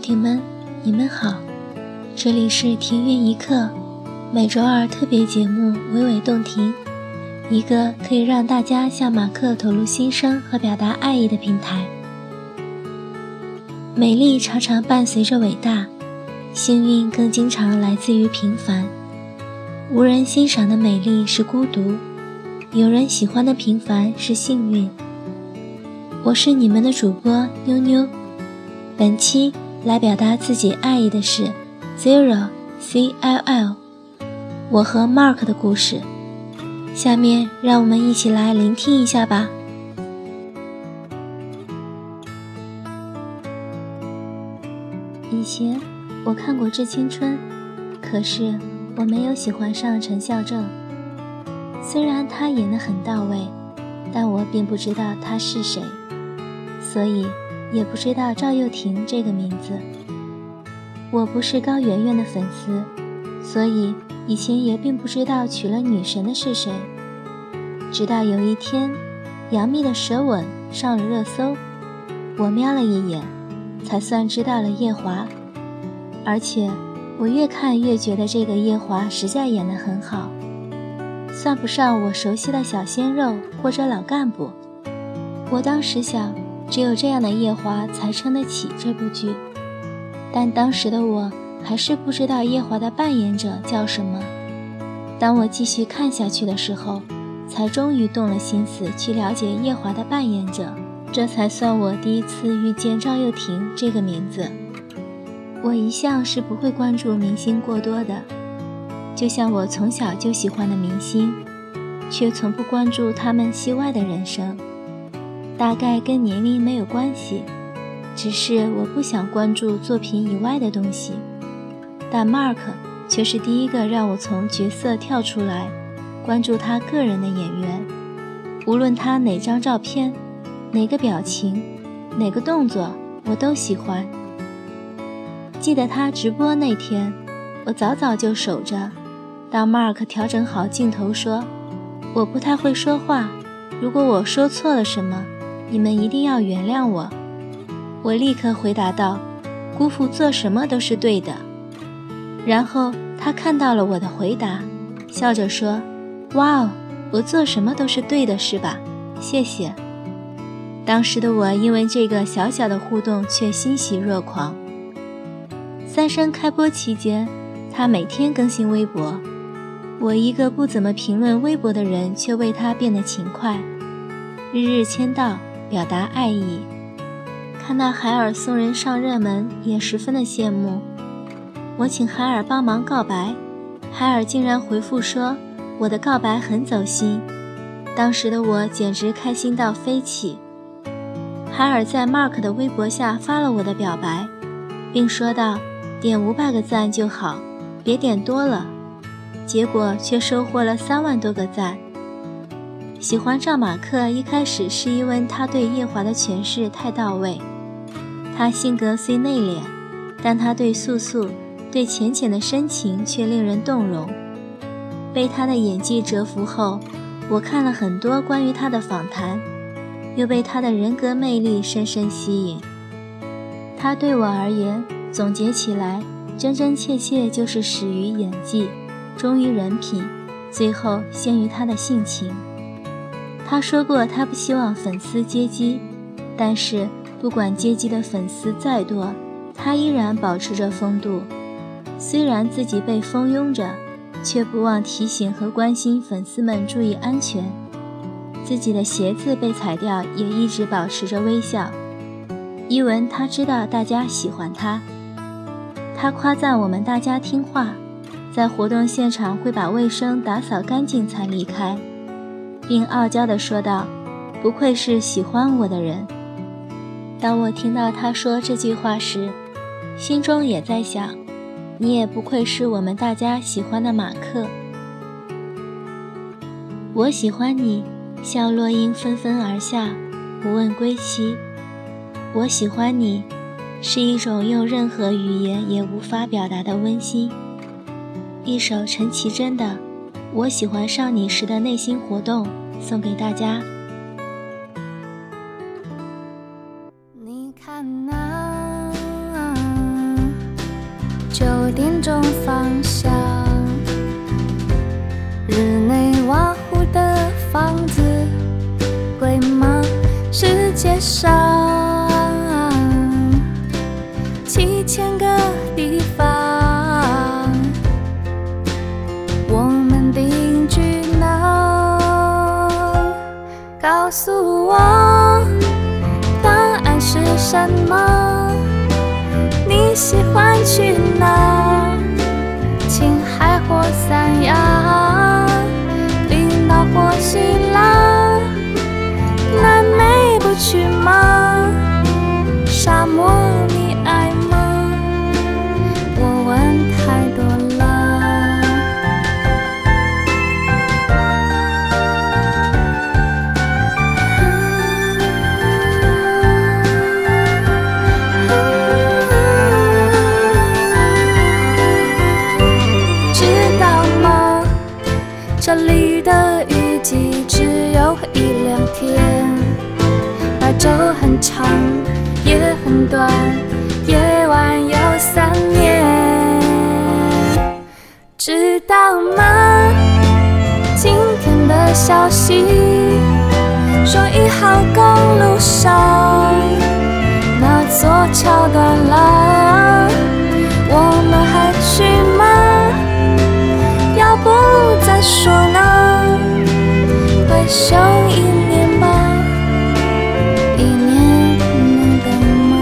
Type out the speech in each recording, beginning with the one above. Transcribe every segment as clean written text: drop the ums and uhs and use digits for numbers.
听们，你们好，这里是庭院一刻，每周二特别节目娓娓动听，一个可以让大家向马克吐露心声和表达爱意的平台。美丽常常伴随着伟大，幸运更经常来自于平凡。无人欣赏的美丽是孤独，有人喜欢的平凡是幸运。我是你们的主播妞妞，本期来表达自己爱意的是 ZeroCLL， 我和 Mark 的故事。下面让我们一起来聆听一下吧。以前我看过《致青春》，可是我没有喜欢上陈孝正。虽然他演得很到位，但我并不知道他是谁，所以也不知道赵又廷这个名字。我不是高圆圆的粉丝，所以以前也并不知道娶了女神的是谁。直到有一天，杨幂的舌吻上了热搜，我瞄了一眼，才算知道了夜华。而且我越看越觉得这个夜华实在演得很好，算不上我熟悉的小鲜肉或者老干部。我当时想，只有这样的夜华才撑得起这部剧，但当时的我还是不知道夜华的扮演者叫什么。当我继续看下去的时候，才终于动了心思去了解夜华的扮演者，这才算我第一次遇见赵又廷这个名字。我一向是不会关注明星过多的，就像我从小就喜欢的明星，却从不关注他们戏外的人生。大概跟年龄没有关系，只是我不想关注作品以外的东西。但 Mark 却是第一个让我从角色跳出来，关注他个人的演员。无论他哪张照片、哪个表情、哪个动作，我都喜欢。记得他直播那天，我早早就守着。当 Mark 调整好镜头说，我不太会说话，如果我说错了什么，你们一定要原谅我。我立刻回答道，姑父做什么都是对的。然后他看到了我的回答，笑着说，哇哦，我做什么都是对的是吧？谢谢。当时的我因为这个小小的互动却欣喜若狂。三生开播期间，他每天更新微博，我一个不怎么评论微博的人却为他变得勤快，日日签到表达爱意。看到海尔送人上热门也十分的羡慕。我请海尔帮忙告白，海尔竟然回复说我的告白很走心。当时的我简直开心到飞起。海尔在 Mark 的微博下发了我的表白，并说道，点500个赞就好，别点多了。结果却收获了3万多个赞。喜欢赵马克一开始是因为他对夜华的诠释太到位。他性格虽内敛，但他对素素、对浅浅的深情却令人动容。被他的演技折服后，我看了很多关于他的访谈，又被他的人格魅力深深吸引。他对我而言，总结起来，真真切切就是始于演技，忠于人品，最后陷于他的性情。他说过他不希望粉丝接机，但是不管接机的粉丝再多，他依然保持着风度。虽然自己被蜂拥着，却不忘提醒和关心粉丝们注意安全。自己的鞋子被踩掉，也一直保持着微笑。伊文他知道大家喜欢他，他夸赞我们大家听话，在活动现场会把卫生打扫干净才离开，并傲娇地说道，不愧是喜欢我的人。当我听到他说这句话时，心中也在想，你也不愧是我们大家喜欢的马克。我喜欢你，像落英纷纷而下，不问归期。我喜欢你，是一种用任何语言也无法表达的温馨。一首陈绮贞的《我喜欢上你时的内心活动》送给大家。 你看啊， 告诉我答案是什么？你喜欢去哪？青海或三亚，冰岛或希腊，南美不去吗？沙漠你爱吗？我问太多了。知道吗？这里的雨季只有1-2天，白昼很长，夜很短，夜晚有3年。知道吗？今天的消息说1号公路上那座桥断了，我们还去吗？要不再说呢？回首1年吧，1年能等吗？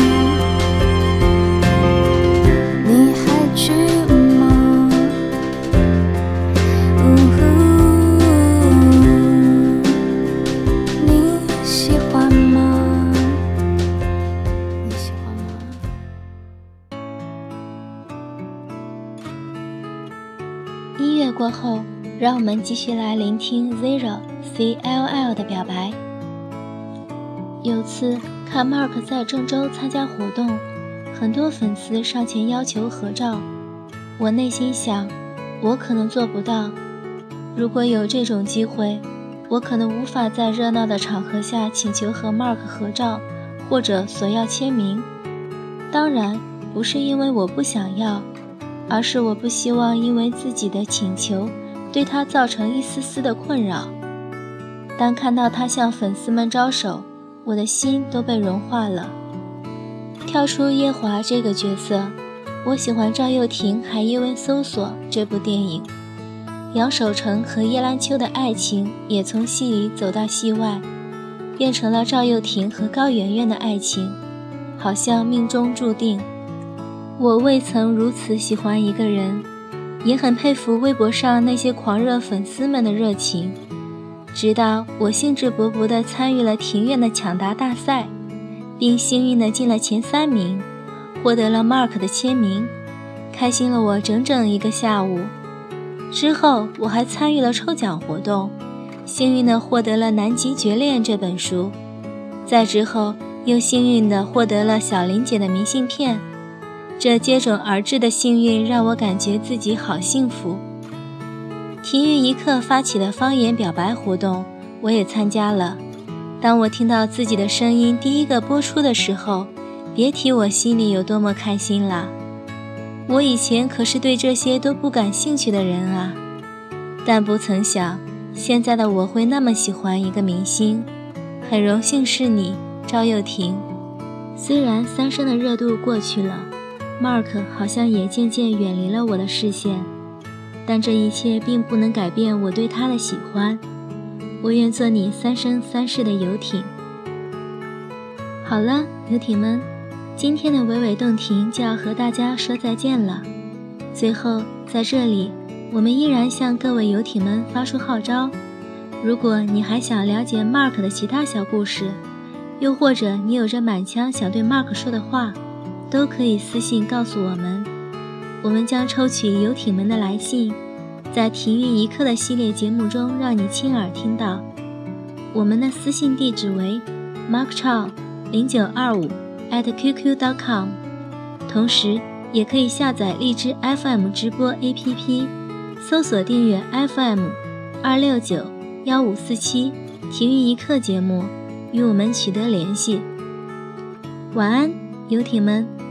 你还去吗？你喜欢吗？你喜欢吗？ 音乐过后，让我们继续来聆听 Zero CLL 的表白。有次看 Mark 在郑州参加活动，很多粉丝上前要求合照，我内心想，我可能做不到。如果有这种机会，我可能无法在热闹的场合下请求和 Mark 合照，或者索要签名。当然，不是因为我不想要，而是我不希望因为自己的请求对他造成一丝丝的困扰。当看到他向粉丝们招手，我的心都被融化了。跳出耶华这个角色，我喜欢赵又廷还因为搜索这部电影。杨守成和叶兰秋的爱情也从戏里走到戏外，变成了赵又廷和高圆圆的爱情，好像命中注定。我未曾如此喜欢一个人，也很佩服微博上那些狂热粉丝们的热情。直到我兴致勃勃地参与了庭院的抢答大赛，并幸运地进了前3名，获得了 Mark 的签名，开心了我整整1个下午。之后我还参与了抽奖活动，幸运地获得了《南极绝恋》这本书。再之后又幸运地获得了小林姐的明信片。这接踵而至的幸运让我感觉自己好幸福。体育一刻发起的方言表白活动，我也参加了。当我听到自己的声音第一个播出的时候，别提我心里有多么开心了。我以前可是对这些都不感兴趣的人啊，但不曾想，现在的我会那么喜欢一个明星。很荣幸是你，赵又廷。虽然3生的热度过去了，Mark 好像也渐渐远离了我的视线，但这一切并不能改变我对他的喜欢。我愿做你3生3世的游艇。好了，游艇们，今天的娓娓动听就要和大家说再见了。最后，在这里，我们依然向各位游艇们发出号召，如果你还想了解 Mark 的其他小故事，又或者你有着满腔想对 Mark 说的话，都可以私信告诉我们，我们将抽取游艇们的来信，在体育一刻的系列节目中让你亲耳听到。我们的私信地址为 markchow0925@qq.com， 同时也可以下载荔枝 FM 直播 APP， 搜索订阅 FM2691547体育一刻节目，与我们取得联系。晚安，游艇们。